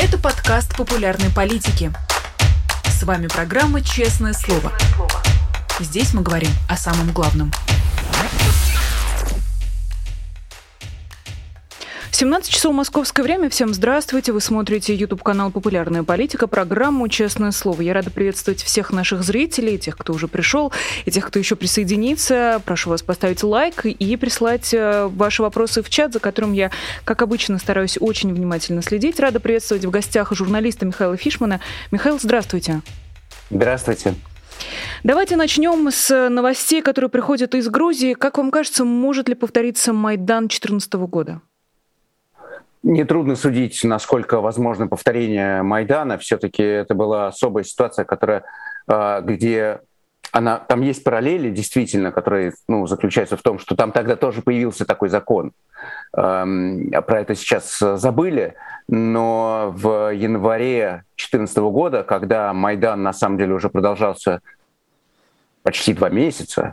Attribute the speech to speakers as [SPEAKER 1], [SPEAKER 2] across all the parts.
[SPEAKER 1] Это подкаст популярной политики. С вами программа «Честное слово». Здесь мы говорим о самом главном. 17 часов московское время. Всем здравствуйте. Вы смотрите YouTube-канал «Популярная политика», программу «Честное слово». Я рада приветствовать всех наших зрителей, тех, кто уже пришел, и тех, кто еще присоединится. Прошу вас поставить лайк и прислать ваши вопросы в чат, за которым я, как обычно, стараюсь очень внимательно следить. Рада приветствовать в гостях журналиста Михаила Фишмана. Михаил, здравствуйте.
[SPEAKER 2] Здравствуйте.
[SPEAKER 1] Давайте начнем с новостей, которые приходят из Грузии. Как вам кажется, может ли повториться Майдан 2014 года?
[SPEAKER 2] Нетрудно судить, насколько возможно повторение Майдана. Все-таки это была особая ситуация, где там есть параллели, действительно, которые заключаются в том, что там тогда тоже появился такой закон. Про это сейчас забыли, но в январе 2014 года, когда Майдан на самом деле уже продолжался почти 2 месяца,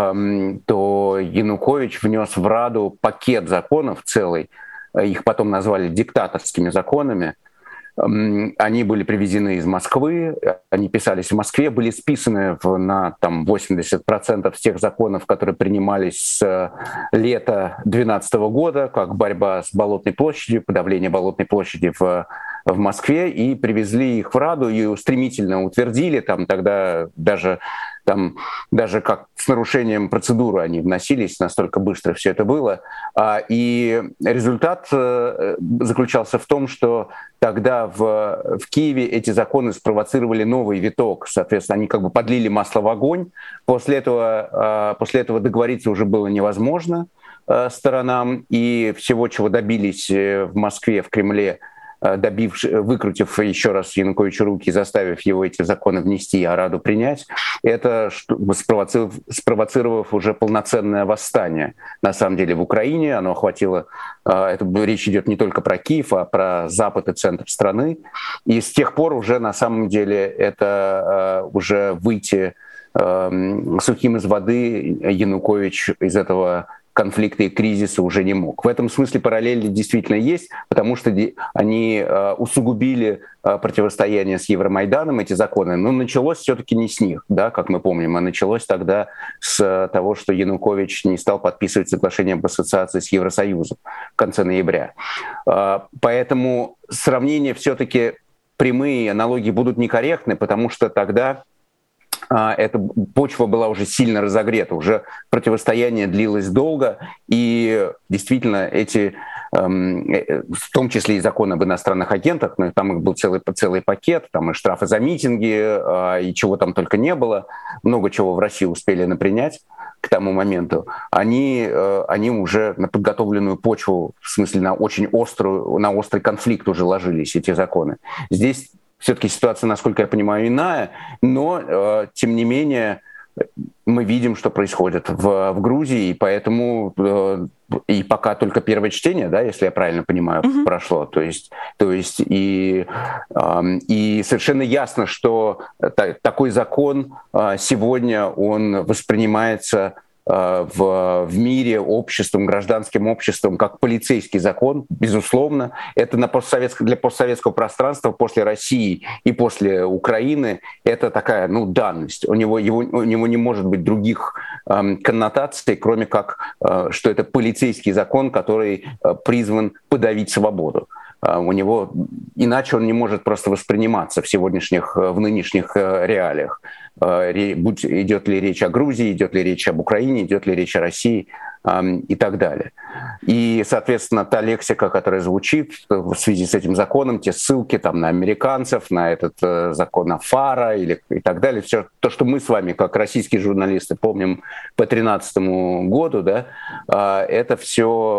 [SPEAKER 2] то Янукович внес в Раду пакет законов целый. Их потом назвали диктаторскими законами. Они были привезены из Москвы, они писались в Москве, были списаны на 80% с тех законов, которые принимались с лета 2012 года, как борьба с Болотной площадью, подавление Болотной площади в Москве, и привезли их в Раду и стремительно утвердили. Тогда даже как с нарушением процедуры они вносились, настолько быстро все это было. И результат заключался в том, что тогда в Киеве эти законы спровоцировали новый виток. Соответственно, они подлили масло в огонь. После этого договориться уже было невозможно сторонам. И всего, чего добились в Москве, в Кремле, выкрутив еще раз Януковичу руки, заставив его эти законы внести, а Раду принять, это спровоцировав уже полноценное восстание. На самом деле в Украине оно охватило, речь идет не только про Киев, а про запад и центр страны. И с тех пор уже на самом деле это уже выйти сухим из воды Янукович из этого конфликта и кризиса уже не мог. В этом смысле параллели действительно есть, потому что они усугубили противостояние с Евромайданом, эти законы, но началось все-таки не с них, да, как мы помним, а началось тогда с того, что Янукович не стал подписывать соглашение об ассоциации с Евросоюзом в конце ноября. Поэтому сравнения все-таки прямые, аналогии будут некорректны, потому что тогда эта почва была уже сильно разогрета, уже противостояние длилось долго, и действительно в том числе и закон об иностранных агентах, но там их был целый пакет, там и штрафы за митинги, и чего там только не было, много чего в России успели напринять к тому моменту, они уже на подготовленную почву, в смысле на острый конфликт уже ложились эти законы. Здесь все-таки ситуация, насколько я понимаю, иная, но, тем не менее, мы видим, что происходит в Грузии, и поэтому и пока только первое чтение, да, если я правильно понимаю, прошло. То есть и совершенно ясно, что такой закон сегодня он воспринимается в мире обществом, гражданским обществом, как полицейский закон, безусловно. Это для постсоветского пространства после России и после Украины это такая данность. У него не может быть других коннотаций, кроме как, что это полицейский закон, который призван подавить свободу. Иначе он не может просто восприниматься в нынешних реалиях. Идет ли речь о Грузии, идет ли речь об Украине, идет ли речь о России и так далее. И, соответственно, та лексика, которая звучит в связи с этим законом, те ссылки на американцев, на этот закон о ФАРа и так далее, все то, что мы с вами, как российские журналисты, помним по 2013 году, да, это все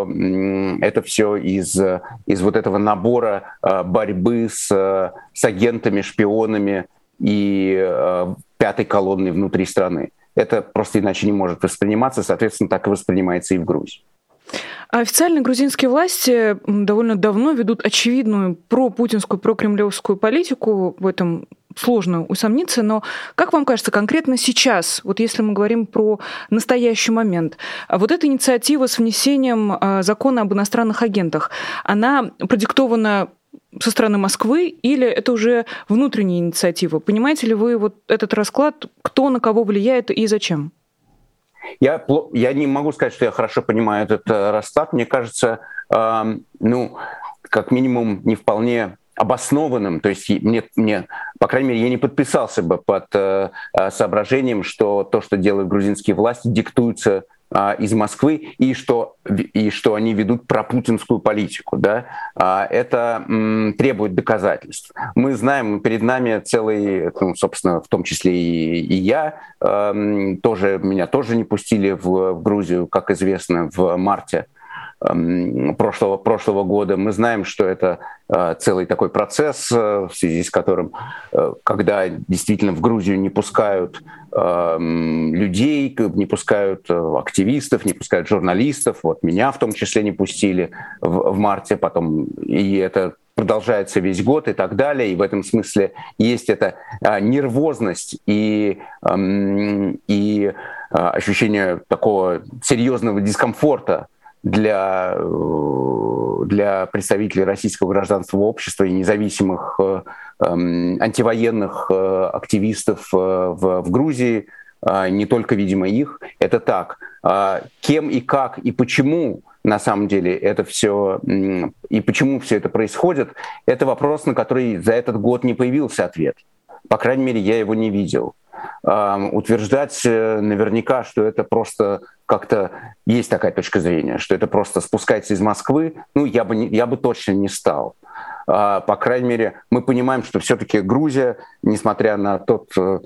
[SPEAKER 2] из вот этого набора борьбы с агентами, шпионами и пятой колонной внутри страны. Это просто иначе не может восприниматься, соответственно, так и воспринимается и в Грузии.
[SPEAKER 1] Официально грузинские власти довольно давно ведут очевидную пропутинскую, прокремлевскую политику. В этом сложно усомниться, но как вам кажется, конкретно сейчас, вот если мы говорим про настоящий момент, вот эта инициатива с внесением закона об иностранных агентах, она продиктована со стороны Москвы, или это уже внутренняя инициатива? Понимаете ли вы вот этот расклад, кто на кого влияет и зачем?
[SPEAKER 2] Я не могу сказать, что я хорошо понимаю этот расклад. Мне кажется, как минимум, не вполне обоснованным. То есть мне, по крайней мере, я не подписался бы под соображением, что то, что делают грузинские власти, диктуется из Москвы, и что они ведут пропутинскую политику. Да? Это требует доказательств. Мы знаем, перед нами целый, собственно, в том числе и я, меня тоже не пустили в Грузию, как известно, в марте прошлого года. Мы знаем, что это целый такой процесс, в связи с которым, когда действительно в Грузию не пускают людей, не пускают активистов, не пускают журналистов, вот меня в том числе не пустили в марте, потом и это продолжается весь год и так далее. И в этом смысле есть эта нервозность и ощущение такого серьезного дискомфорта для представителей российского гражданского общества и независимых антивоенных активистов в Грузии, не только, видимо, их. Это так. Кем и как и почему на самом деле это все, и почему все это происходит, это вопрос, на который за этот год не появился ответ. По крайней мере, я его не видел. Утверждать наверняка, что это просто как-то есть такая точка зрения, что это просто спускается из Москвы, я бы точно не стал. По крайней мере, мы понимаем, что все-таки Грузия, несмотря на ту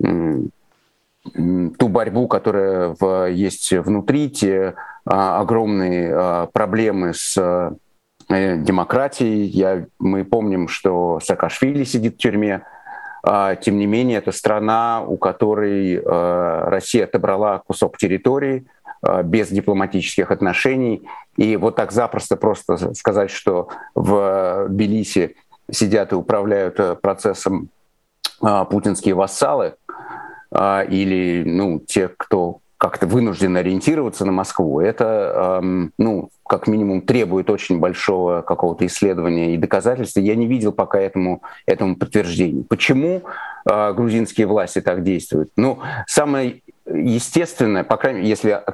[SPEAKER 2] борьбу, которая есть внутри, те огромные проблемы с демократией. Мы помним, что Саакашвили сидит в тюрьме. Тем не менее, это страна, у которой Россия отобрала кусок территории без дипломатических отношений. И вот так запросто просто сказать, что в Тбилиси сидят и управляют процессом путинские вассалы или те, кто как-то вынужден ориентироваться на Москву, это, как минимум, требует очень большого какого-то исследования и доказательства. Я не видел пока этому подтверждения. Почему грузинские власти так действуют? Самое естественное, по крайней мере,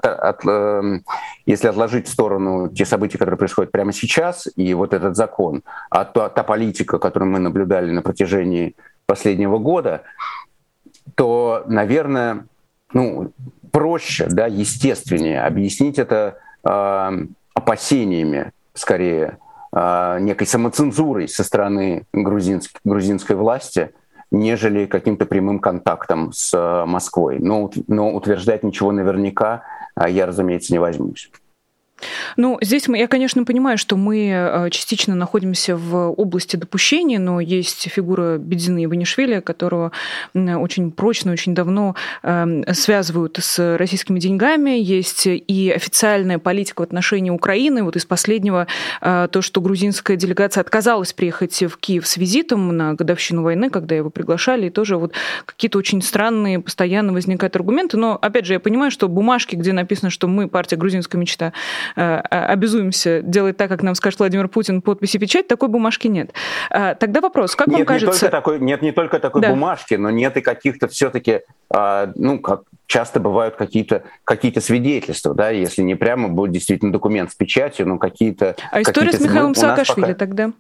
[SPEAKER 2] если отложить в сторону те события, которые происходят прямо сейчас, и вот этот закон, а та политика, которую мы наблюдали на протяжении последнего года, то, наверное, проще, естественнее объяснить это опасениями, скорее, некой самоцензурой со стороны грузинской власти, нежели каким-то прямым контактом с Москвой. Но утверждать ничего наверняка я, разумеется, не возьмусь.
[SPEAKER 1] Здесь я, конечно, понимаю, что мы частично находимся в области допущений, но есть фигура Бедзины Иванишвили, которого очень прочно, очень давно связывают с российскими деньгами. Есть и официальная политика в отношении Украины. Вот из последнего то, что грузинская делегация отказалась приехать в Киев с визитом на годовщину войны, когда его приглашали, и тоже вот какие-то очень странные постоянно возникают аргументы. Но, опять же, я понимаю, что бумажки, где написано, что мы, партия «Грузинская мечта», обязуемся делать так, как нам скажет Владимир Путин, подпись и печать, такой бумажки нет. Тогда вопрос, как вам кажется...
[SPEAKER 2] Нет не только такой бумажки, но нет и каких-то все-таки, как часто бывают какие-то свидетельства, да, если не прямо будет действительно документ с печатью, но какие-то...
[SPEAKER 1] А история с Михаилом Саакашвили тогда?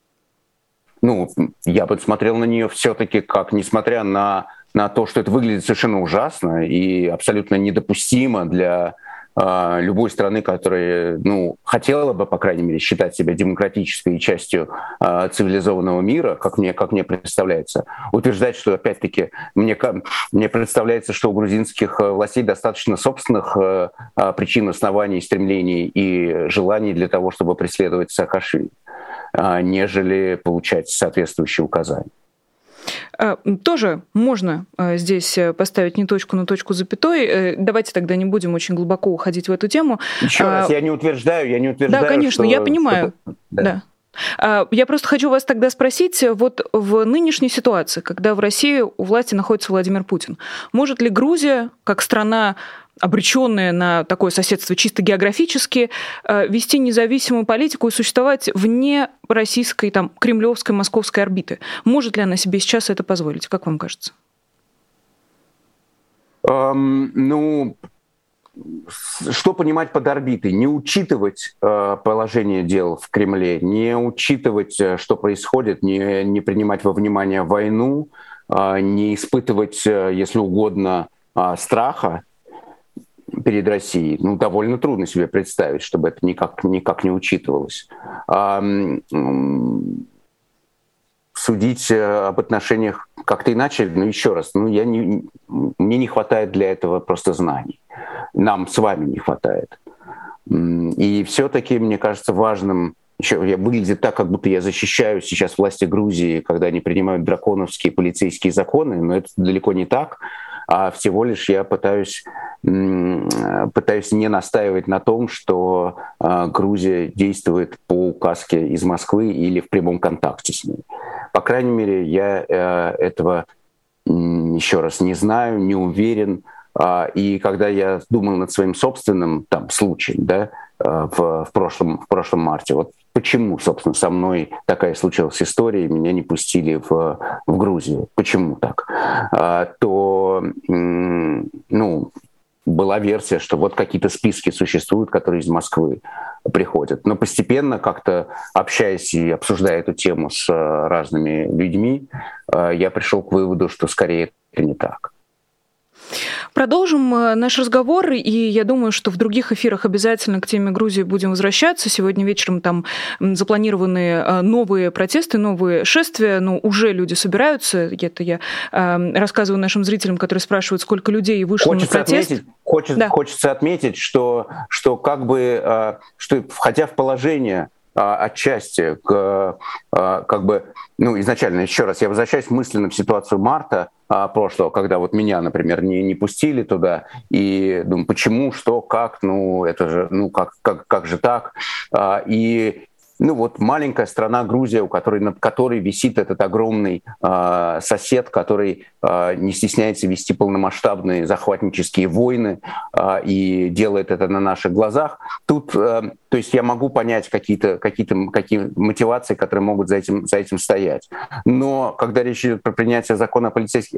[SPEAKER 2] Я бы смотрел на нее все-таки как, несмотря на то, что это выглядит совершенно ужасно и абсолютно недопустимо для любой страны, которая, хотела бы, по крайней мере, считать себя демократической частью цивилизованного мира, как мне представляется, утверждать, что, опять-таки, мне представляется, что у грузинских властей достаточно собственных причин, оснований, стремлений и желаний для того, чтобы преследовать Саакашвили, нежели получать соответствующие указания.
[SPEAKER 1] Тоже можно здесь поставить не точку, но точку запятой. Давайте тогда не будем очень глубоко уходить в эту тему.
[SPEAKER 2] Еще раз, я не утверждаю,
[SPEAKER 1] Да, конечно, я понимаю. Да. Я просто хочу вас тогда спросить, вот в нынешней ситуации, когда в России у власти находится Владимир Путин, может ли Грузия, как страна обреченные на такое соседство чисто географически, вести независимую политику и существовать вне российской, там, кремлевской, московской орбиты. Может ли она себе сейчас это позволить? Как вам кажется?
[SPEAKER 2] Что понимать под орбитой? Не учитывать положение дел в Кремле, не учитывать, что происходит, не принимать во внимание войну, не испытывать, если угодно, страха перед Россией. Довольно трудно себе представить, чтобы это никак не учитывалось. Судить об отношениях как-то иначе, еще раз, мне не хватает для этого просто знаний. Нам с вами не хватает. И все-таки, мне кажется, важным, выглядит так, как будто я защищаю сейчас власти Грузии, когда они принимают драконовские полицейские законы, но это далеко не так, а всего лишь я пытаюсь не настаивать на том, что Грузия действует по указке из Москвы или в прямом контакте с ней. По крайней мере, я этого, еще раз, не знаю, не уверен. И когда я думал над своим собственным случаем, да, в прошлом марте, вот почему, собственно, со мной такая случилась история, меня не пустили в Грузию, почему так, то, была версия, что вот какие-то списки существуют, которые из Москвы приходят. Но постепенно, как-то общаясь и обсуждая эту тему с разными людьми, я пришел к выводу, что скорее это не так.
[SPEAKER 1] Продолжим наш разговор, и я думаю, что в других эфирах обязательно к теме Грузии будем возвращаться. Сегодня вечером там запланированы новые протесты, новые шествия, но уже люди собираются. Это я рассказываю нашим зрителям, которые спрашивают, сколько людей вышло на протест.
[SPEAKER 2] Хочется отметить, что входя в положение отчасти, изначально, еще раз, я возвращаюсь мысленно в ситуацию марта прошлого, когда вот меня, например, не пустили туда, и думаю, почему, что, как, это же, как же так, и маленькая страна Грузия, над которой висит этот огромный сосед, который не стесняется вести полномасштабные захватнические войны и делает это на наших глазах. Тут, то есть я могу понять какие мотивации, которые могут за этим стоять. Но когда речь идет про принятие закона о полицейских,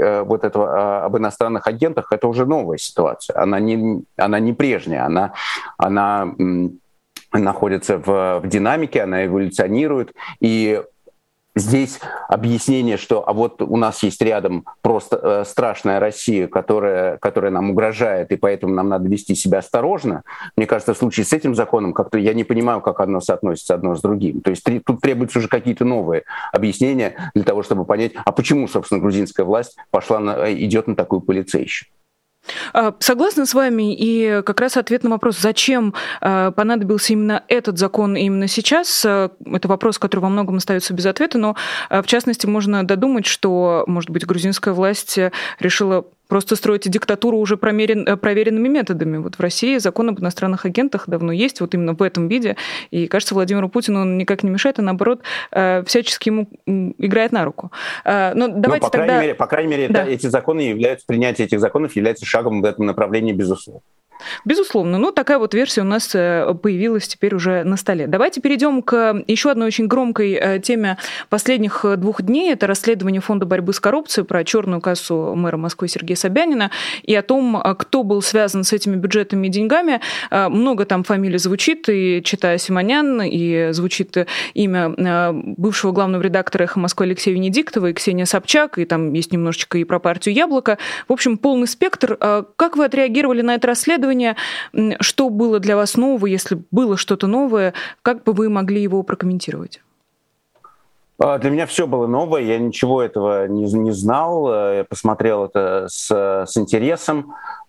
[SPEAKER 2] об иностранных агентах, это уже новая ситуация. Она не прежняя, она находится в динамике, она эволюционирует, и здесь объяснение, что вот у нас есть рядом просто страшная Россия, которая нам угрожает, и поэтому нам надо вести себя осторожно. Мне кажется, в случае с этим законом как-то я не понимаю, как оно соотносится одно с другим. То есть тут требуются уже какие-то новые объяснения для того, чтобы понять, а почему, собственно, грузинская власть идет на такую полицейщину.
[SPEAKER 1] Согласна с вами, и как раз ответ на вопрос, зачем понадобился именно этот закон именно сейчас, это вопрос, который во многом остается без ответа, но в частности можно додумать, что, может быть, грузинская власть решила просто строить диктатуру уже проверенными методами. Вот в России закон об иностранных агентах давно есть, вот именно в этом виде. И, кажется, Владимиру Путину он никак не мешает, а наоборот, всячески ему играет на руку. Но давайте
[SPEAKER 2] по крайней мере, да. Принятие этих законов является шагом в этом направлении, безусловно.
[SPEAKER 1] Безусловно. Такая вот версия у нас появилась теперь уже на столе. Давайте перейдем к еще одной очень громкой теме последних 2 дней. Это расследование Фонда борьбы с коррупцией про черную кассу мэра Москвы Сергея Собянина и о том, кто был связан с этими бюджетами и деньгами. Много там фамилий звучит, и Чита Симонян, и звучит имя бывшего главного редактора «Эхо Москвы» Алексея Венедиктова, и Ксения Собчак, и там есть немножечко и про партию «Яблоко». В общем, полный спектр. Как вы отреагировали на это расследование? Что было для вас нового, если было что-то новое, как бы вы могли его прокомментировать?
[SPEAKER 2] Для меня все было новое, я ничего этого не знал, я посмотрел это с интересом,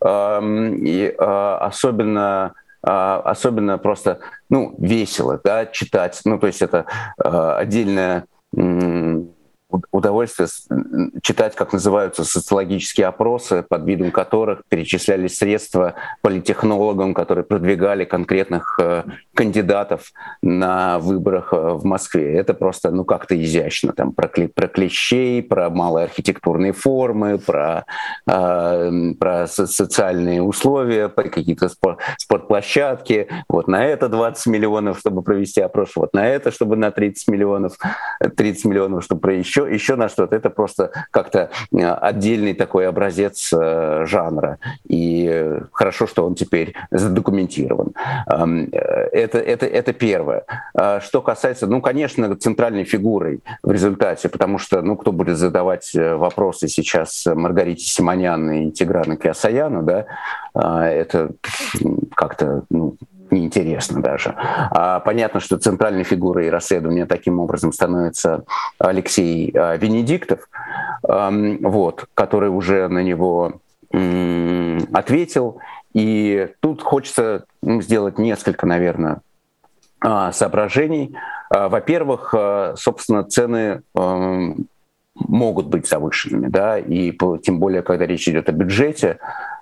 [SPEAKER 2] и особенно просто весело, да, читать, то есть это отдельное удовольствие читать, как называются социологические опросы, под видом которых перечислялись средства политтехнологам, которые продвигали конкретных кандидатов на выборах в Москве. Это просто, как-то изящно. Там про клещей, про малые архитектурные формы, про социальные условия, про какие-то спортплощадки. Вот на это 20 миллионов, чтобы провести опрос, вот на это, чтобы на 30 миллионов, чтобы еще на что-то. Это просто как-то отдельный такой образец жанра. И хорошо, что он теперь задокументирован. Это первое. Что касается, конечно, центральной фигурой в результате, потому что, кто будет задавать вопросы сейчас Маргарите Симонян и Тиграну Кеосаяну, да, это как-то, неинтересно даже. Понятно, что центральной фигурой расследования таким образом становится Алексей Венедиктов, который уже на него ответил. И тут хочется сделать несколько, наверное, соображений. Во-первых, собственно, цены могут быть завышенными, да, и тем более, когда речь идет о бюджете,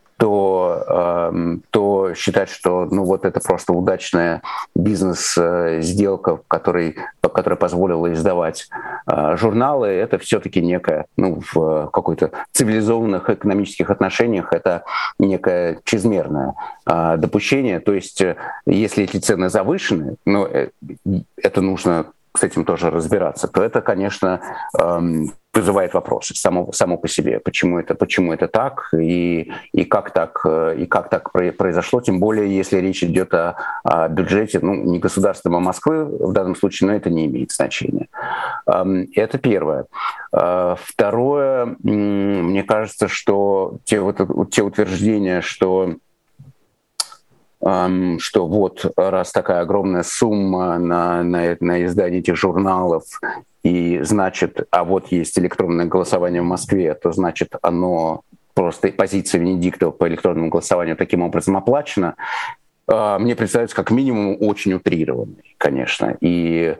[SPEAKER 2] то считать, что это просто удачная бизнес-сделка, которая позволила издавать журналы, это все-таки некое, в какой-то цивилизованных экономических отношениях это некое чрезмерное допущение. То есть, если эти цены завышены, это нужно с этим тоже разбираться, то это, конечно, вызывает вопросы само по себе, почему это так и как так произошло, тем более если речь идет о бюджете, не государства, а Москвы в данном случае, но это не имеет значения. Это первое. Второе, мне кажется, что те утверждения, что вот раз такая огромная сумма на издание этих журналов, и значит, вот есть электронное голосование в Москве, то значит оно просто позиция Венедиктова по электронному голосованию таким образом оплачена, мне представляется как минимум очень утрированный, конечно, и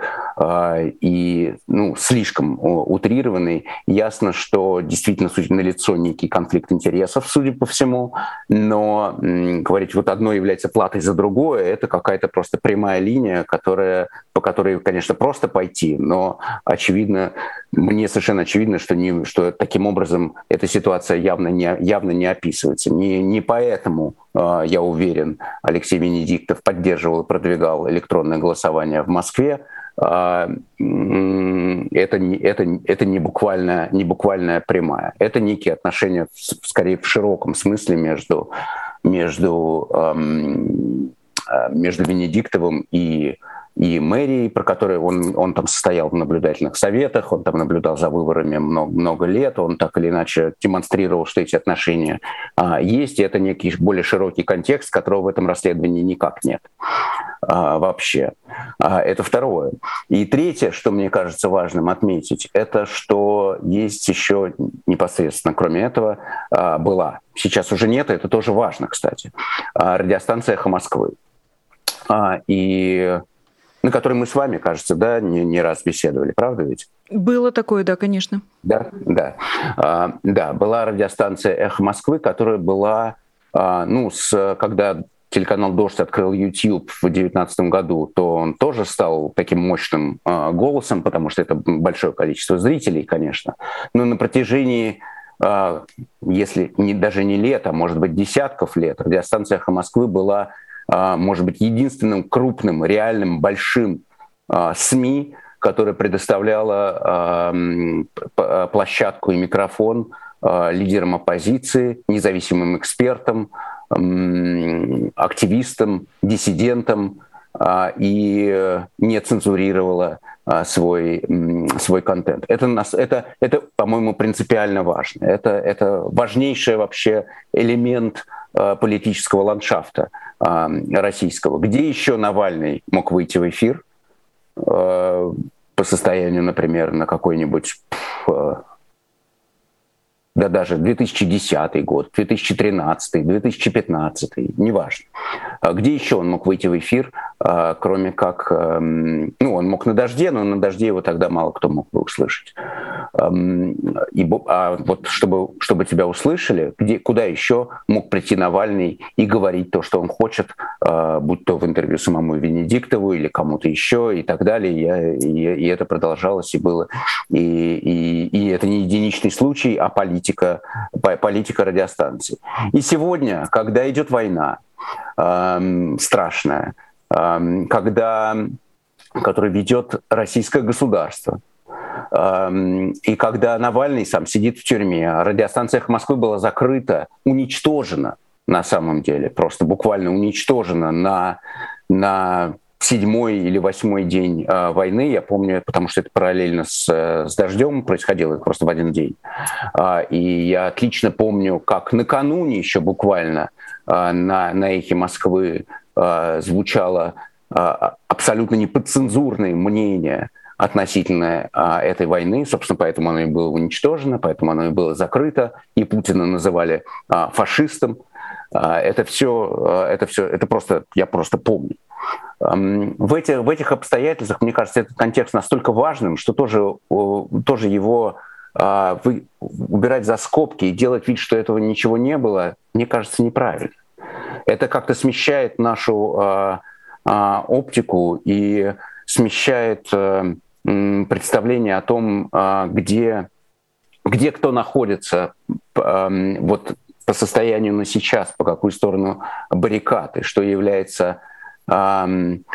[SPEAKER 2] слишком утрированный. Ясно, что действительно налицо некий конфликт интересов, судя по всему, но говорить, одно является платой за другое, это какая-то просто прямая линия, по которой, конечно, просто пойти, но мне совершенно очевидно, что таким образом эта ситуация явно не описывается. Не поэтому, я уверен, Алексей Венедиктов поддерживал и продвигал электронное голосование в Москве. Это не буквальная прямая. Это некие отношения, скорее в широком смысле, между Венедиктовым и мэрией, про которую он там состоял в наблюдательных советах, он там наблюдал за выборами много лет, он так или иначе демонстрировал, что эти отношения есть, и это некий более широкий контекст, которого в этом расследовании никак нет вообще. Это второе. И третье, что мне кажется важным отметить, это что есть еще непосредственно, кроме этого, сейчас уже нет, это тоже важно, кстати, радиостанция «Эхо Москвы», и на которой мы с вами, кажется, да, не раз беседовали, правда ведь?
[SPEAKER 1] Было такое, да, конечно.
[SPEAKER 2] Да. Была радиостанция «Эхо Москвы», которая была, когда телеканал «Дождь» открыл YouTube в 2019 году, то он тоже стал таким мощным голосом, потому что это большое количество зрителей, конечно. Но на протяжении, если даже не лет, а может быть десятков лет, радиостанция «Эхо Москвы» была, может быть, единственным крупным, реальным, большим СМИ, которая предоставляла площадку и микрофон лидерам оппозиции, независимым экспертам, активистам, диссидентам и не цензурировала свой контент. Это, по-моему, принципиально важно. Это важнейший вообще элемент политического ландшафта российского. Где еще Навальный мог выйти в эфир по состоянию, например, на какой-нибудь, даже 2010 год, 2013, 2015, неважно. Где еще он мог выйти в эфир, кроме как... он мог на «Дожде», но на «Дожде» его тогда мало кто мог бы услышать. Вот чтобы тебя услышали, куда еще мог прийти Навальный и говорить то, что он хочет, будь то в интервью самому Венедиктову или кому-то еще и так далее. И это продолжалось и было. И это не единичный случай, а политика радиостанции. И сегодня, когда идет война страшная, которую ведет российское государство, и когда Навальный сам сидит в тюрьме, радиостанция «Эхо Москвы» была закрыта, уничтожена на самом деле, просто буквально уничтожена на 7-й или 8-й день войны, я помню, потому что это параллельно с дождем происходило, это просто в один день. И я отлично помню, как накануне еще буквально на «Эхе Москвы» звучало абсолютно неподцензурное мнение относительно этой войны. Собственно, поэтому оно и было уничтожено, поэтому оно и было закрыто, и Путина называли фашистом. Это просто, я просто помню. В этих обстоятельствах, мне кажется, этот контекст настолько важным, что тоже его убирать за скобки и делать вид, что этого ничего не было, мне кажется, неправильно. Это как-то смещает нашу оптику и смещает представление о том, где кто находится вот по состоянию на сейчас, по какую сторону баррикады, что является добром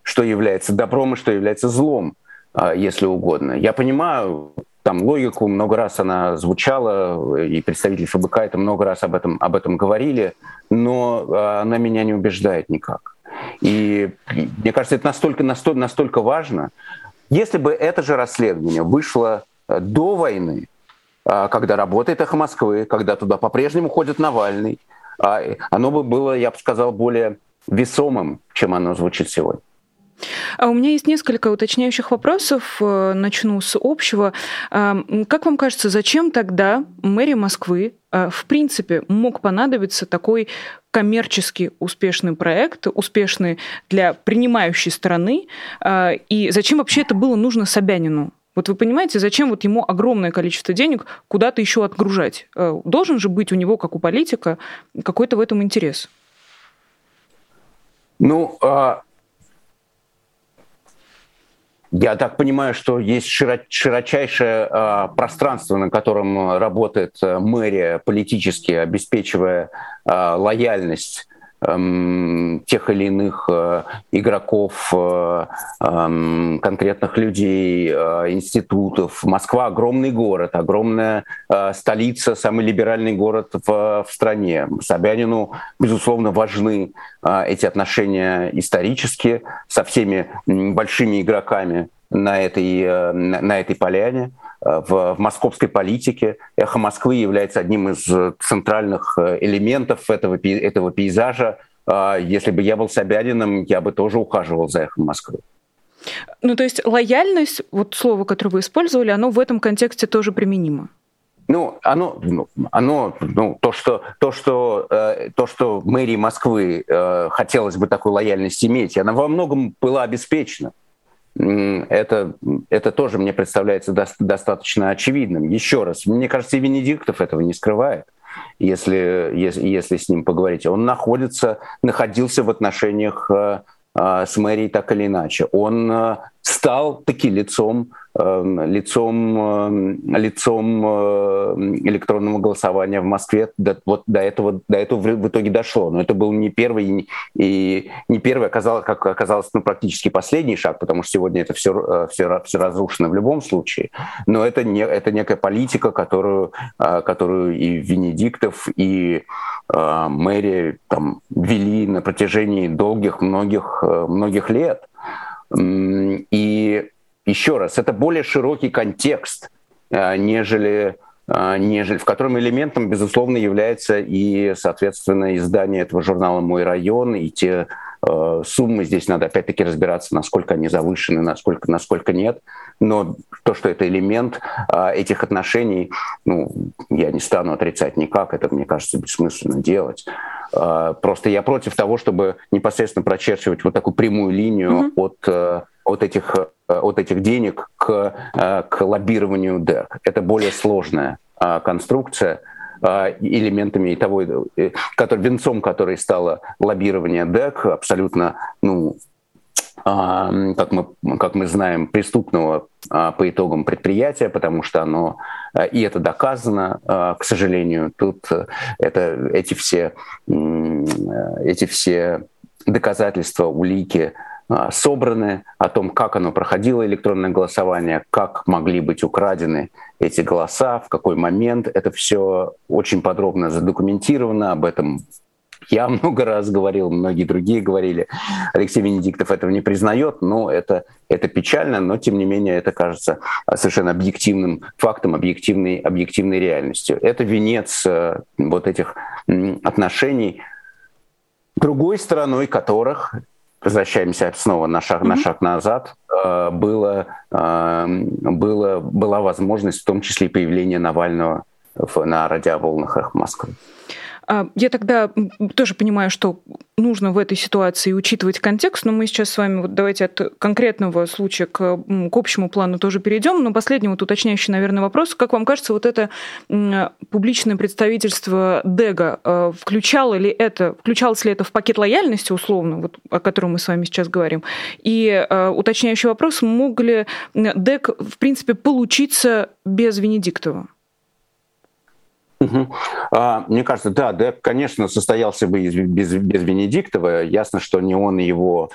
[SPEAKER 2] и что является злом, если угодно. Я понимаю там логику, много раз она звучала, и представители ФБК это много раз об этом говорили, но она меня не убеждает никак. И мне кажется, это настолько важно. Если бы это же расследование вышло до войны, когда работает «Эхо Москвы», когда туда по-прежнему ходит Навальный, оно бы было, я бы сказал, более весомым, чем оно звучит сегодня.
[SPEAKER 1] А у меня есть несколько уточняющих вопросов. Начну с общего. Как вам кажется, зачем тогда мэрии Москвы в принципе мог понадобиться такой коммерчески успешный проект, успешный для принимающей стороны, и зачем вообще это было нужно Собянину? Вот вы понимаете, зачем вот ему огромное количество денег куда-то еще отгружать? Должен же быть у него, как у политика, какой-то в этом интерес.
[SPEAKER 2] Я так понимаю, что есть широчайшее пространство, на котором работает мэрия политически, обеспечивая лояльность тех или иных игроков, конкретных людей, институтов. Москва — огромный город, огромная столица, самый либеральный город в стране. Собянину, безусловно, важны эти отношения исторически со всеми большими игроками на этой поляне. В московской политике «Эхо Москвы» является одним из центральных элементов этого пейзажа. Если бы я был Собяниным, я бы тоже ухаживал за «Эхом Москвы».
[SPEAKER 1] То есть лояльность, вот слово, которое вы использовали, оно в этом контексте тоже применимо?
[SPEAKER 2] То, что мэрии Москвы хотелось бы такую лояльность иметь, она во многом была обеспечена. Это тоже мне представляется достаточно очевидным. Еще раз, мне кажется, и Венедиктов этого не скрывает, если с ним поговорить. Он находился в отношениях с мэрией так или иначе. Он стал таки лицом электронного голосования в Москве. Вот до этого в итоге дошло. Но это был не первый, оказалось, практически последний шаг, потому что сегодня это все разрушено в любом случае. Но это некая политика, которую и Венедиктов, и мэрия вели на протяжении многих лет. И еще раз, это более широкий контекст, нежели в котором элементом, безусловно, является и, соответственно, издание этого журнала «Мой район», и те суммы, здесь надо опять-таки разбираться, насколько они завышены, насколько нет. Но то, что это элемент этих отношений, я не стану отрицать никак, это, мне кажется, бессмысленно делать. Просто я против того, чтобы непосредственно прочерчивать вот такую прямую линию от этих денег к лоббированию ДЭК. Это более сложная конструкция, элементами того, венцом которой стало лоббирование ДЭК, абсолютно, как мы знаем, преступного по итогам предприятия, потому что оно, и это доказано, к сожалению, тут эти все доказательства, улики собраны о том, как оно проходило, электронное голосование, как могли быть украдены эти голоса, в какой момент. Это все очень подробно задокументировано, об этом я много раз говорил, многие другие говорили. Алексей Венедиктов этого не признает, но это печально, но тем не менее это кажется совершенно объективным фактом, объективной реальностью. Это венец вот этих отношений, другой стороной которых, возвращаемся снова на шаг назад, была возможность в том числе и появления Навального на радиоволнах Москвы.
[SPEAKER 1] Я тогда тоже понимаю, что нужно в этой ситуации учитывать контекст, но мы сейчас с вами давайте от конкретного случая к общему плану тоже перейдем. Но последний уточняющий, наверное, вопрос. Как вам кажется, вот это публичное представительство ДЭГа, включалось ли это в пакет лояльности, условно, вот, о котором мы с вами сейчас говорим? И уточняющий вопрос, мог ли ДЭГ, в принципе, получиться без Венедиктова?
[SPEAKER 2] Мне кажется, да, ДЭК, конечно, состоялся бы без Венедиктова. Ясно, что не он его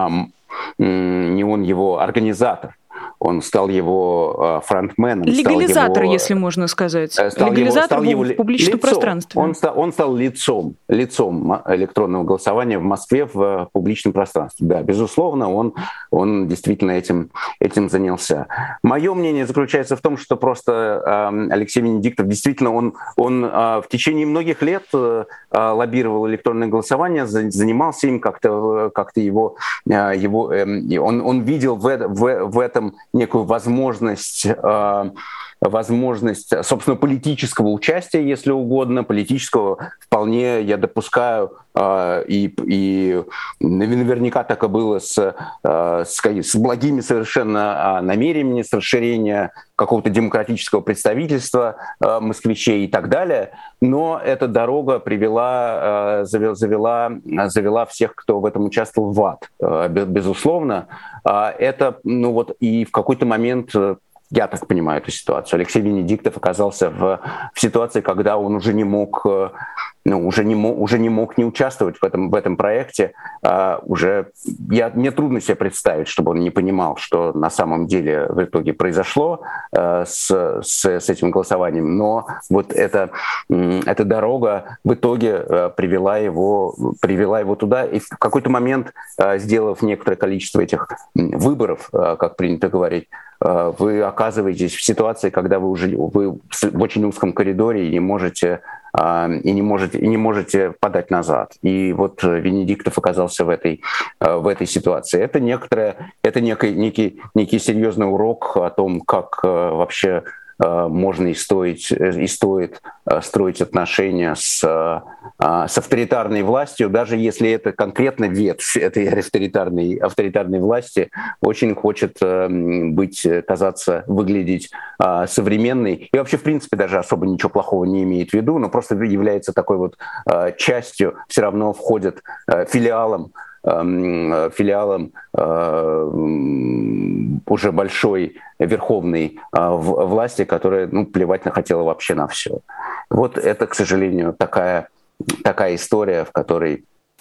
[SPEAKER 2] организатор. Он стал его фронтменом.
[SPEAKER 1] Легализатор, если можно сказать. Легализатор в публичном пространстве.
[SPEAKER 2] Он стал лицом электронного голосования в Москве в публичном пространстве. Да, безусловно, он действительно этим занялся. Мое мнение заключается в том, что просто Алексей Венедиктов действительно он в течение многих лет лоббировал электронное голосование, занимался им как-то его он видел в этом некую возможность, собственно, политического участия, если угодно, политического вполне, я допускаю, и наверняка так и было с благими совершенно намерениями, с расширения какого-то демократического представительства москвичей и так далее. Но эта дорога завела всех, кто в этом участвовал, в ад, безусловно. Это, и в какой-то момент, я так понимаю эту ситуацию, Алексей Венедиктов оказался в ситуации, когда он уже не мог не участвовать в этом проекте. Мне трудно себе представить, чтобы он не понимал, что на самом деле в итоге произошло с этим голосованием. Но вот эта дорога в итоге привела его туда. И в какой-то момент, сделав некоторое количество этих выборов, как принято говорить, вы оказываетесь в ситуации, когда вы в очень узком коридоре и не можете подать назад. И вот Венедиктов оказался в этой ситуации. Это некий серьезный урок о том, как вообще можно и стоит строить отношения с авторитарной властью, даже если это конкретно ветвь этой авторитарной власти очень хочет выглядеть современной. И вообще, в принципе, даже особо ничего плохого не имеет в виду, но просто является такой вот частью, все равно входит филиалом уже большой верховной власти, которая плевать хотела вообще на все. Вот это, к сожалению, такая история, в которой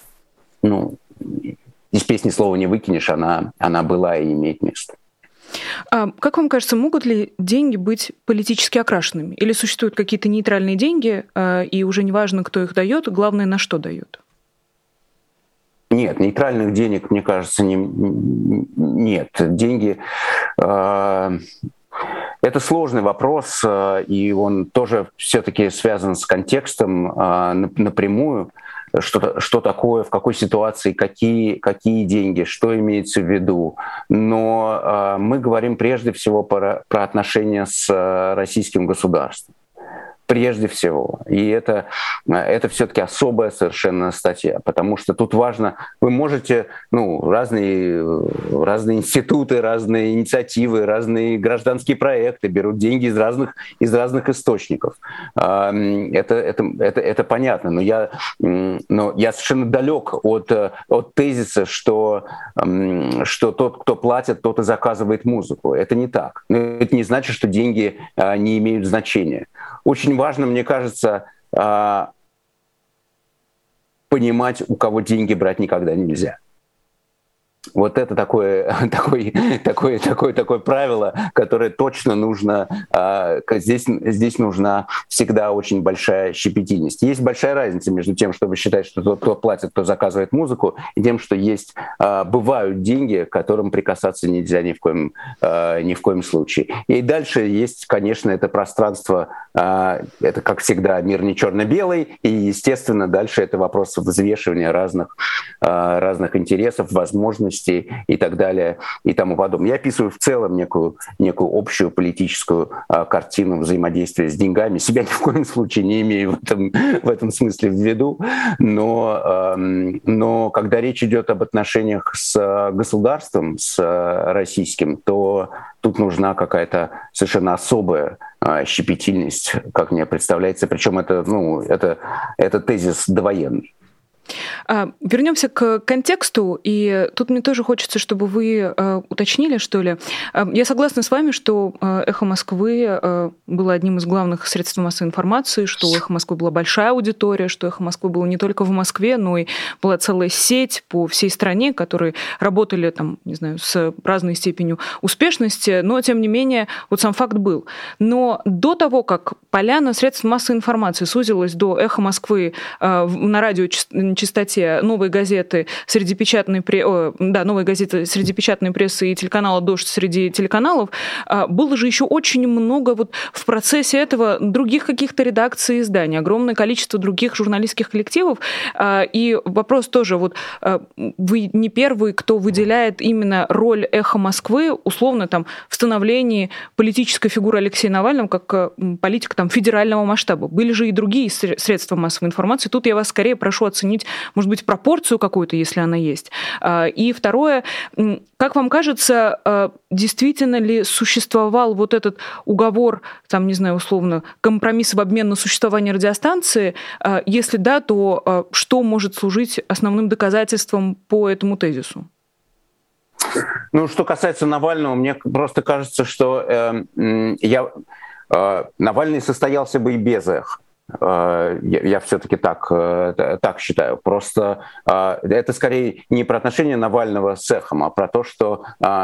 [SPEAKER 2] из песни слова не выкинешь, она была и имеет место.
[SPEAKER 1] Как вам кажется, могут ли деньги быть политически окрашенными? Или существуют какие-то нейтральные деньги, и уже не важно, кто их дает, главное, на что дает?
[SPEAKER 2] Нет, нейтральных денег, мне кажется, нет. Деньги это сложный вопрос, и он тоже все-таки связан с контекстом напрямую. Что такое, в какой ситуации, какие деньги, что имеется в виду. Но мы говорим прежде всего про отношения с российским государством. прежде всего. И это все-таки особая совершенно статья, потому что тут важно, вы можете, разные институты, разные инициативы, разные гражданские проекты берут деньги из разных источников. Это понятно, но я совершенно далек от тезиса, что тот, кто платит, тот и заказывает музыку. Это не так. Но это не значит, что деньги не имеют значения. Очень важно, мне кажется, понимать, у кого деньги брать никогда нельзя. Вот это такое правило, которое точно нужно. Здесь нужна всегда очень большая щепетильность. Есть большая разница между тем, чтобы считать, что тот, кто платит, кто заказывает музыку, и тем, что бывают деньги, к которым прикасаться нельзя ни в коем случае. И дальше есть, конечно, это пространство, это, как всегда, мир не черно-белый, и, естественно, дальше это вопрос взвешивания разных интересов, возможностей и так далее и тому подобное. Я описываю в целом некую общую политическую картину взаимодействия с деньгами. Себя ни в коем случае не имею в этом смысле в виду, но когда речь идет об отношениях с государством, с российским, то тут нужна какая-то совершенно особая щепетильность, как мне представляется. Причем это тезис довоенный.
[SPEAKER 1] Вернемся к контексту, и тут мне тоже хочется, чтобы вы уточнили, что ли. Я согласна с вами, что «Эхо Москвы» было одним из главных средств массовой информации, что у «Эхо Москвы» была большая аудитория, что «Эхо Москвы» было не только в Москве, но и была целая сеть по всей стране, которые работали с разной степенью успешности, но, тем не менее, вот сам факт был. Но до того, как поляна средств массовой информации сузилась до «Эхо Москвы» на радиочастоте «Новой газеты» среди печатной прессы и телеканала «Дождь» среди телеканалов, было же еще очень много в процессе этого других каких-то редакций изданий, огромное количество других журналистских коллективов. И вопрос тоже, вы не первый, кто выделяет именно роль «Эхо Москвы», условно, в становлении политической фигуры Алексея Навального как политика федерального масштаба. Были же и другие средства массовой информации. Тут я вас скорее прошу оценить, может быть, пропорцию какую-то, если она есть. И второе, как вам кажется, действительно ли существовал вот этот уговор, условно, компромисс в обмен на существование радиостанции? Если да, то что может служить основным доказательством по этому тезису?
[SPEAKER 2] Что касается Навального, мне просто кажется, что Навальный состоялся бы и без «Эхо». Я все-таки так считаю. Просто это скорее не про отношения Навального с «Эхом», а про то, что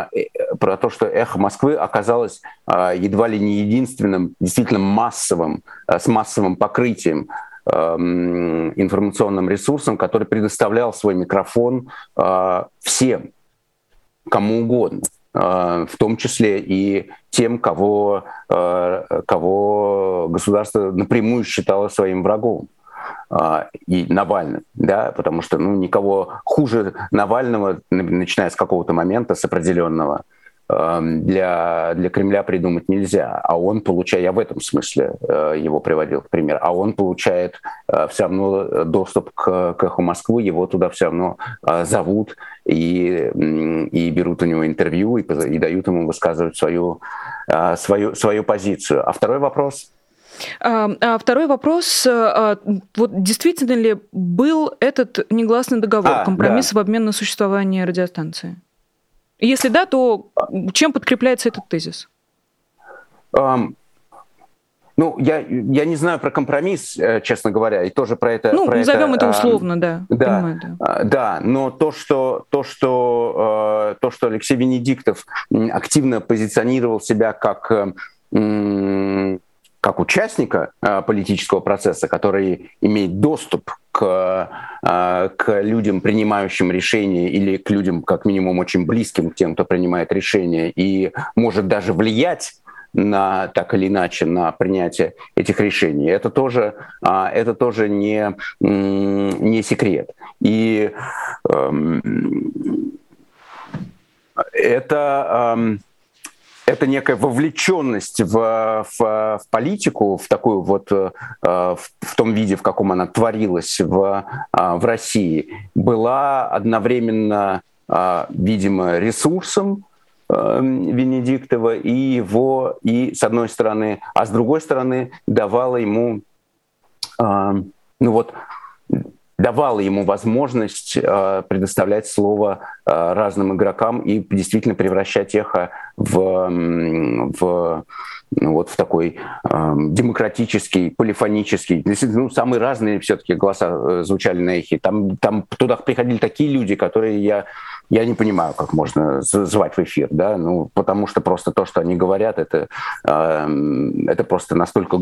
[SPEAKER 2] «Эхо Москвы» оказалось едва ли не единственным действительно с массовым покрытием информационным ресурсом, который предоставлял свой микрофон всем, кому угодно, в том числе и тем, кого государство напрямую считало своим врагом. И Навальным, потому что никого хуже Навального, начиная с какого-то момента, с определенного, для Кремля придумать нельзя. А он получает, я в этом смысле его приводил в пример, а он получает все равно доступ к «Эху Москвы», его туда все равно зовут и берут у него интервью и дают ему высказывать свою позицию. А второй вопрос?
[SPEAKER 1] Второй вопрос. Действительно ли был этот негласный договор, компромисс в обмен на существование радиостанции? Если да, то чем подкрепляется этот тезис?
[SPEAKER 2] Я не знаю про компромисс, честно говоря, и тоже про это...
[SPEAKER 1] назовем это условно, да.
[SPEAKER 2] Понимаю, да, но то, что Алексей Венедиктов активно позиционировал себя как участника политического процесса, который имеет доступ к людям, принимающим решения, или к людям, как минимум, очень близким к тем, кто принимает решения, и может даже влиять так или иначе на принятие этих решений. Это тоже не секрет. И это некая вовлеченность в политику, в такую вот в том виде, в каком она творилась в России, была одновременно, видимо, ресурсом Венедиктова и с одной стороны, а с другой стороны давала ему давала ему возможность предоставлять слово разным игрокам и действительно превращать «Эхо в такой демократический, полифонический. Самые разные все-таки голоса звучали на «Эхе». Там туда приходили такие люди, которые я не понимаю, как можно звать в эфир, да, потому что просто то, что они говорят, это просто настолько...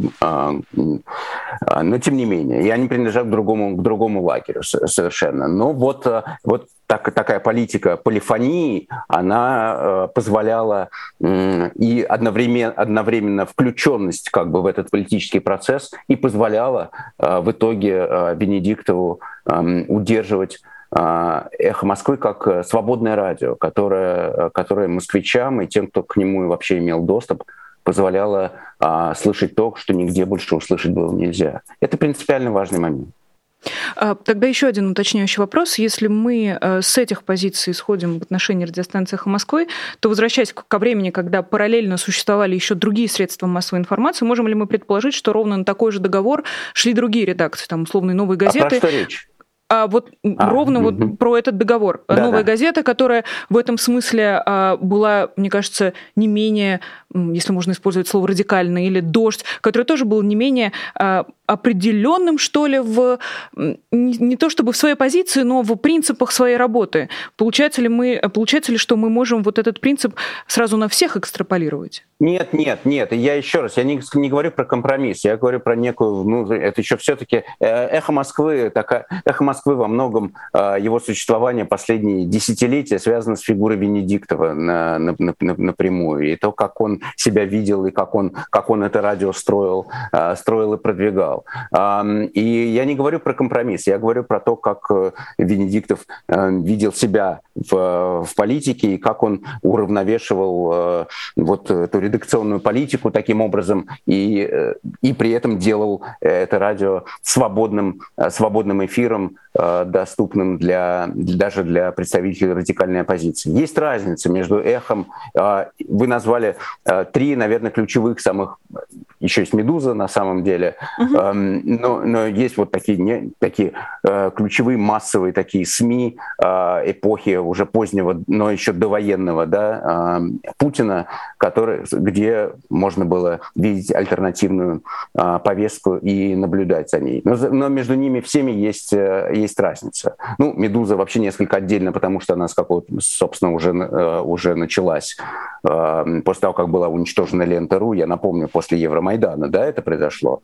[SPEAKER 2] Но тем не менее, и они принадлежат к другому лагерю совершенно. Но вот такая политика полифонии, она позволяла и одновременно включенность как бы в этот политический процесс и позволяла в итоге Венедиктову удерживать «Эхо Москвы» как свободное радио, которое москвичам и тем, кто к нему вообще имел доступ, позволяло слышать то, что нигде больше услышать было нельзя. Это принципиально важный момент.
[SPEAKER 1] Тогда еще один уточняющий вопрос. Если мы с этих позиций исходим в отношении радиостанции «Эхо Москвы», то, возвращаясь ко времени, когда параллельно существовали еще другие средства массовой информации, можем ли мы предположить, что ровно на такой же договор шли другие редакции, там, условные «Новые газеты»?
[SPEAKER 2] А про что речь?
[SPEAKER 1] Вот про этот договор. Да, «Новая газета», которая в этом смысле была, мне кажется, не менее, если можно использовать слово радикальная, или «Дождь», который тоже был не менее определенным, что ли, не то чтобы в своей позиции, но в принципах своей работы. Получается ли, что мы можем вот этот принцип сразу на всех экстраполировать? Нет.
[SPEAKER 2] Я еще раз, я не говорю про компромисс, я говорю про некую, это еще все-таки «Эхо Москвы», «Эхо Москвы» во многом его существование последние десятилетия связано с фигурой Венедиктова напрямую, и то, как он себя видел, и как он это радио строил и продвигал. И я не говорю про компромисс, я говорю про то, как Венедиктов видел себя в политике и как он уравновешивал вот эту редакционную политику таким образом и при этом делал это радио свободным эфиром, доступным даже для представителей радикальной оппозиции. Есть разница между «Эхом», вы назвали 3, наверное, ключевых самых, еще есть «Медуза» на самом деле, но есть вот такие ключевые массовые такие СМИ эпохи уже позднего, но еще довоенного, да, Путина, где можно было видеть альтернативную повестку и наблюдать за ней. Но между ними всеми есть разница. «Медуза» вообще несколько отдельно, потому что она собственно, уже началась после того, как была уничтожена лента.ру, я напомню, после Евромайдана, да, это произошло,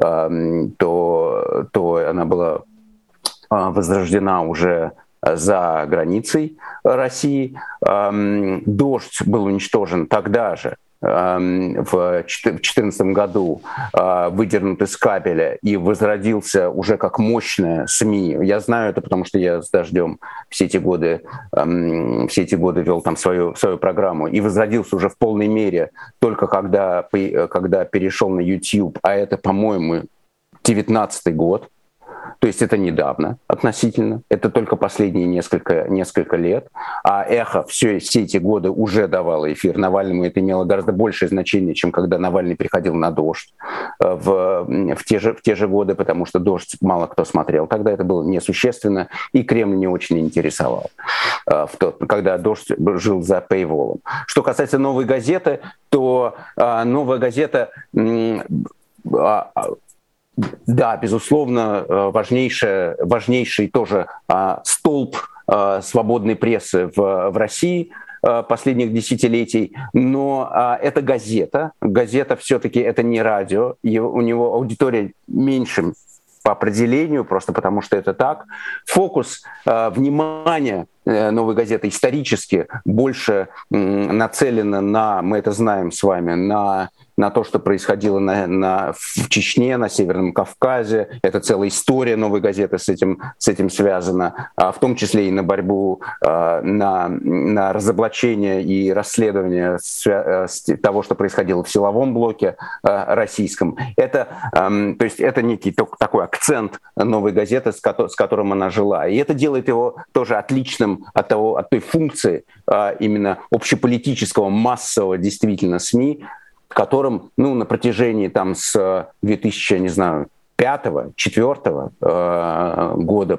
[SPEAKER 2] то она была возрождена уже за границей России. «Дождь» был уничтожен тогда же, в 2014 году, выдернут из кабеля и возродился уже как мощная СМИ. Я знаю это, потому что я с «Дождем» все эти годы вел там свою программу, и возродился уже в полной мере только когда перешел на YouTube, а это, по-моему, 19-й год. То есть это недавно относительно, это только последние несколько лет. А «Эхо» все эти годы уже давало эфир Навальному, это имело гораздо большее значение, чем когда Навальный приходил на «Дождь» в те же годы, потому что «Дождь» мало кто смотрел. Тогда это было несущественно, и Кремль не очень интересовал, когда «Дождь» жил за paywall. Что касается «Новой газеты», то «Новая газета» да, безусловно, важнейший тоже столб свободной прессы в России последних десятилетий, но это газета все-таки это не радио, у него аудитория меньше по определению, просто потому что это так. Фокус внимания «Новая газета» исторически больше нацелена на, мы это знаем с вами, на то, что происходило в Чечне, на Северном Кавказе. Это целая история «Новой газеты» с этим связана, в том числе и на борьбу, на разоблачение и расследование того, что происходило в силовом блоке российском. То есть это некий такой акцент «Новой газеты», с которым она жила. И это делает его тоже отличным от той функции именно общеполитического, массового действительно СМИ, в котором на протяжении с 2005-2004 года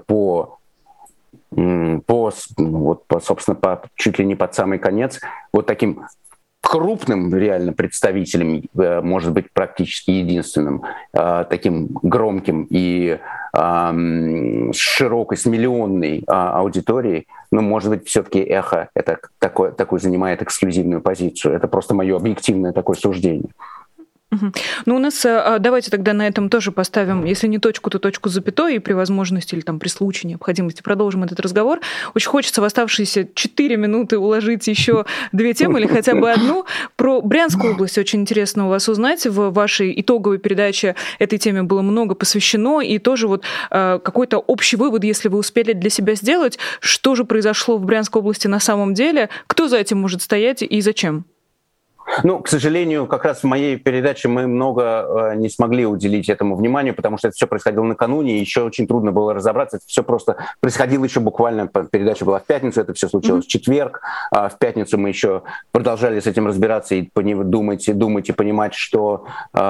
[SPEAKER 2] собственно, чуть ли не под самый конец, вот таким крупным реально представителем, может быть, практически единственным, таким громким и с широкой, с миллионной аудиторией, может быть, все-таки «Эхо» это такой занимает эксклюзивную позицию. Это просто мое объективное такое суждение.
[SPEAKER 1] У нас, давайте тогда на этом тоже поставим, если не точку, то точку с запятой, и при возможности или при случае необходимости продолжим этот разговор. Очень хочется в оставшиеся 4 минуты уложить еще 2 темы или хотя бы одну. Про Брянскую область очень интересно у вас узнать. В вашей итоговой передаче этой теме было много посвящено, и тоже какой-то общий вывод, если вы успели для себя сделать, что же произошло в Брянской области на самом деле, кто за этим может стоять и зачем?
[SPEAKER 2] К сожалению, как раз в моей передаче мы много не смогли уделить этому вниманию, потому что это все происходило накануне, и еще очень трудно было разобраться. Это все просто происходило еще буквально, передача была в пятницу, это все случилось в четверг. В пятницу мы еще продолжали с этим разбираться и думать и понимать, что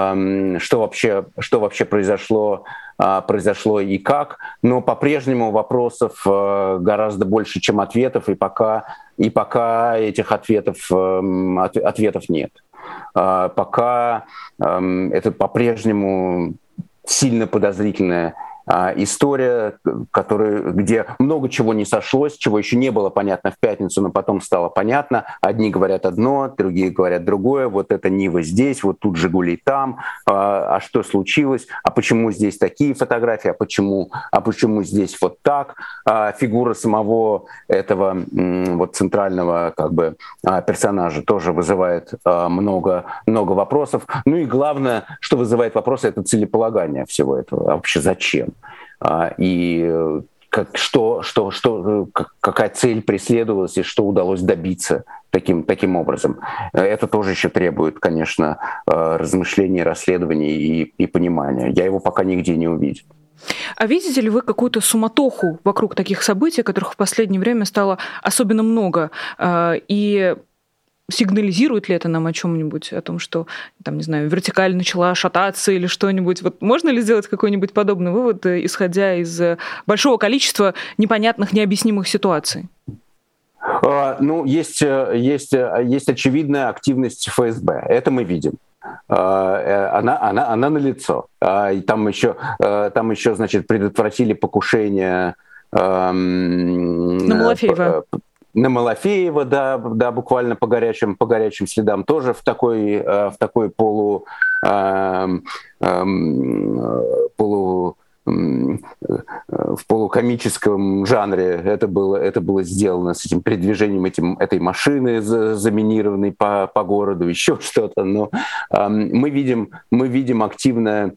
[SPEAKER 2] вообще произошло и как. Но по-прежнему вопросов гораздо больше, чем ответов, и пока этих ответов нет. Пока это по-прежнему сильно подозрительная история, где много чего не сошлось, чего еще не было понятно в пятницу, но потом стало понятно. Одни говорят одно, другие говорят другое. Вот это Нива здесь, вот тут «Жигули» там. А что случилось? А почему здесь такие фотографии? А почему здесь вот так? Фигура самого этого центрального персонажа тоже вызывает много вопросов. И главное, что вызывает вопросы, это целеполагание всего этого. А вообще зачем? И какая цель преследовалась и что удалось добиться таким образом. Это тоже еще требует, конечно, размышлений, расследований и понимания. Я его пока нигде не увидел.
[SPEAKER 1] А видите ли вы какую-то суматоху вокруг таких событий, которых в последнее время стало особенно много? И сигнализирует ли это нам о чем-нибудь, о том, что, вертикаль начала шататься или что-нибудь? Можно ли сделать какой-нибудь подобный вывод, исходя из большого количества непонятных, необъяснимых ситуаций?
[SPEAKER 2] Есть очевидная активность ФСБ. Это мы видим. Она налицо. И там еще, предотвратили покушение на
[SPEAKER 1] Малафеева.
[SPEAKER 2] На Малафеева, да, буквально по горячим следам, тоже в такой в полукомическом жанре это было сделано с этим передвижением этой машины, заминированной по городу, еще что-то. Но мы видим активность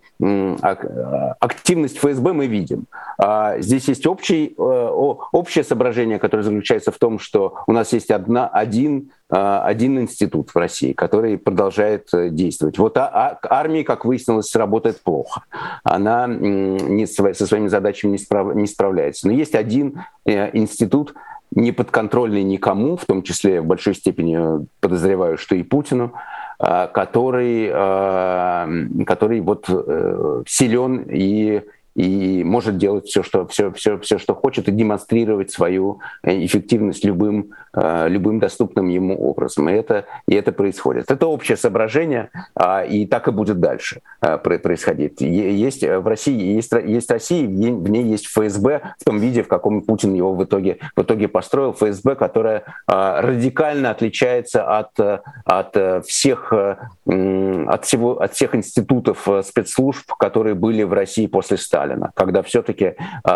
[SPEAKER 2] ФСБ, мы видим. Здесь есть общее соображение, которое заключается в том, что у нас есть один институт в России, который продолжает действовать. Армия, как выяснилось, работает плохо. Она со своими задачами не справляется. Но есть один институт, не подконтрольный никому, в том числе в большой степени подозреваю, что и Путину, который силен и может делать все, что хочет, и демонстрировать свою эффективность любым доступным ему образом. И это происходит. Это общее соображение, и так и будет дальше происходить. Есть в России, есть Россия, в ней есть ФСБ в том виде, в каком Путин его в итоге построил. ФСБ, которая радикально отличается от всех институтов спецслужб, которые были в России после Сталина. Сталина, когда все-таки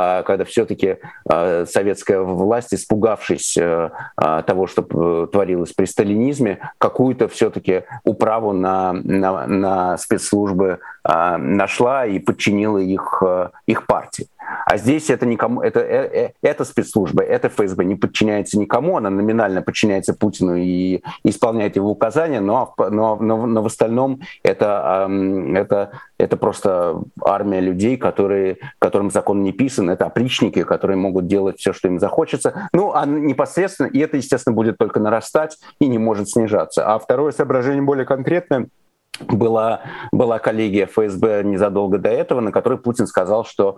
[SPEAKER 2] советская власть, испугавшись того, что творилось при сталинизме, какую-то все-таки управу на спецслужбы нашла и подчинила их партии. А здесь это никому, эта спецслужба, это ФСБ не подчиняется никому, она номинально подчиняется Путину и исполняет его указания, но в остальном это просто армия людей, которым закон не писан, это опричники, которые могут делать все, что им захочется. А непосредственно, и это, естественно, будет только нарастать и не может снижаться. А второе соображение более конкретное. Была коллегия ФСБ незадолго до этого, на которой Путин сказал, что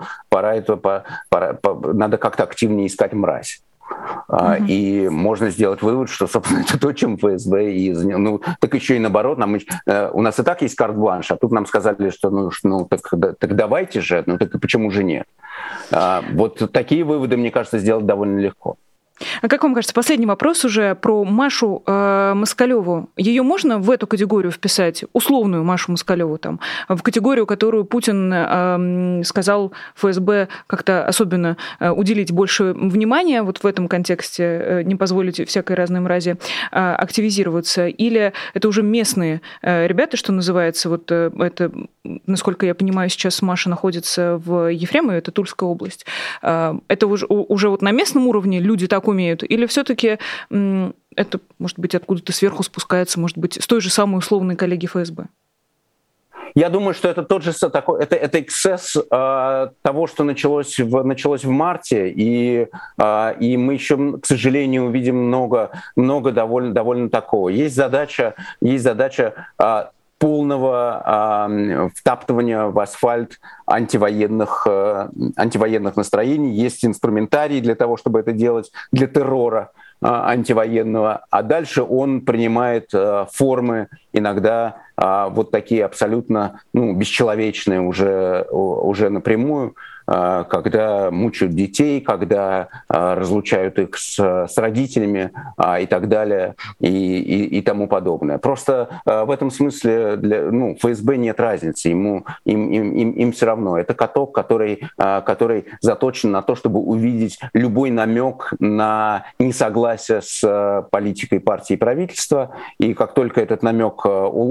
[SPEAKER 2] надо как-то активнее искать мразь. И можно сделать вывод, что, собственно, это то, чем ФСБ и так еще и наоборот. У нас и так есть карт-бланш, а тут нам сказали, что так давайте же, так и почему же нет? Вот такие выводы, мне кажется, сделать довольно легко.
[SPEAKER 1] А как вам кажется, последний вопрос уже про Машу Москалеву. Ее можно в эту категорию вписать, условную Машу Москалеву, в категорию, которую Путин сказал ФСБ как-то особенно уделить больше внимания, вот в этом контексте не позволить всякой разной мрази активизироваться? Или это уже местные ребята, что называется, вот это, насколько я понимаю, сейчас Маша находится в Ефремове, это Тульская область. Это уже вот на местном уровне люди так умеют? Или все-таки это, может быть, откуда-то сверху спускается, может быть, с той же самой условной коллеги ФСБ?
[SPEAKER 2] Я думаю, что это тот же такой, это эксцесс того, что началось в марте, и мы еще, к сожалению, увидим много довольно такого. Есть задача полного втаптывания в асфальт антивоенных настроений. Есть инструментарий для того, чтобы это делать, для террора антивоенного. А дальше он принимает формы иногда вот такие абсолютно бесчеловечные уже напрямую, когда мучают детей, когда разлучают их с родителями и так далее, и тому подобное. Просто в этом смысле ФСБ нет разницы, им все равно. Это каток, который заточен на то, чтобы увидеть любой намек на несогласие с политикой партии и правительства, и как только этот намек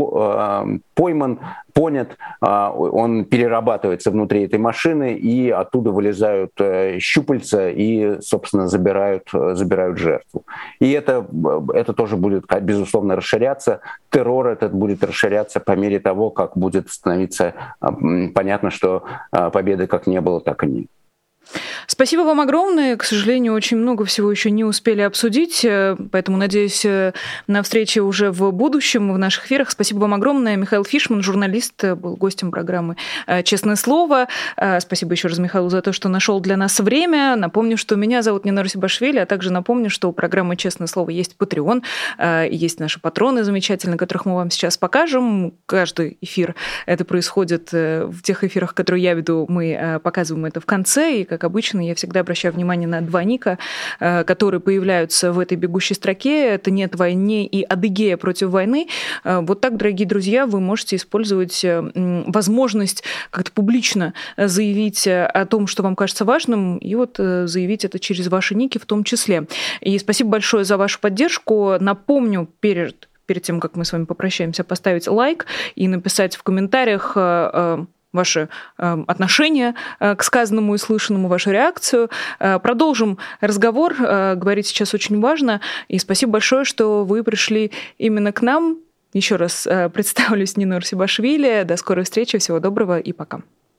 [SPEAKER 2] понят, он перерабатывается внутри этой машины, и оттуда вылезают щупальца и, собственно, забирают жертву. И это тоже будет, безусловно, расширяться. Террор этот будет расширяться по мере того, как будет становиться понятно, что победы как не было, так и нет.
[SPEAKER 1] Спасибо вам огромное. К сожалению, очень много всего еще не успели обсудить, поэтому надеюсь на встречи уже в будущем в наших эфирах. Спасибо вам огромное. Михаил Фишман, журналист, был гостем программы «Честное слово». Спасибо еще раз Михаилу за то, что нашел для нас время. Напомню, что меня зовут Нинор Сибашвили, а также напомню, что у программы «Честное слово» есть Patreon, есть наши патроны замечательные, которых мы вам сейчас покажем. Каждый эфир это происходит в тех эфирах, которые я веду, мы показываем это в конце, и, как обычно, я всегда обращаю внимание на два ника, которые появляются в этой бегущей строке. Это «Нет войне» и «Адыгея против войны». Вот так, дорогие друзья, вы можете использовать возможность как-то публично заявить о том, что вам кажется важным, и вот заявить это через ваши ники в том числе. И спасибо большое за вашу поддержку. Напомню, перед тем, как мы с вами попрощаемся, поставить лайк и написать в комментариях ваше отношение к сказанному и слышанному, вашу реакцию. Продолжим разговор. Говорить сейчас очень важно. И спасибо большое, что вы пришли именно к нам. Еще раз представлюсь, Нинор Сибашвили. До скорой встречи. Всего доброго и пока.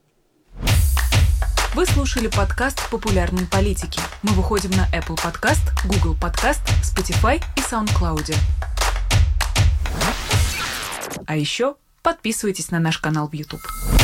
[SPEAKER 3] Вы слушали подкаст «Популярные политики». Мы выходим на Apple Podcast, Google Podcast, Spotify и SoundCloud. А еще подписывайтесь на наш канал в YouTube.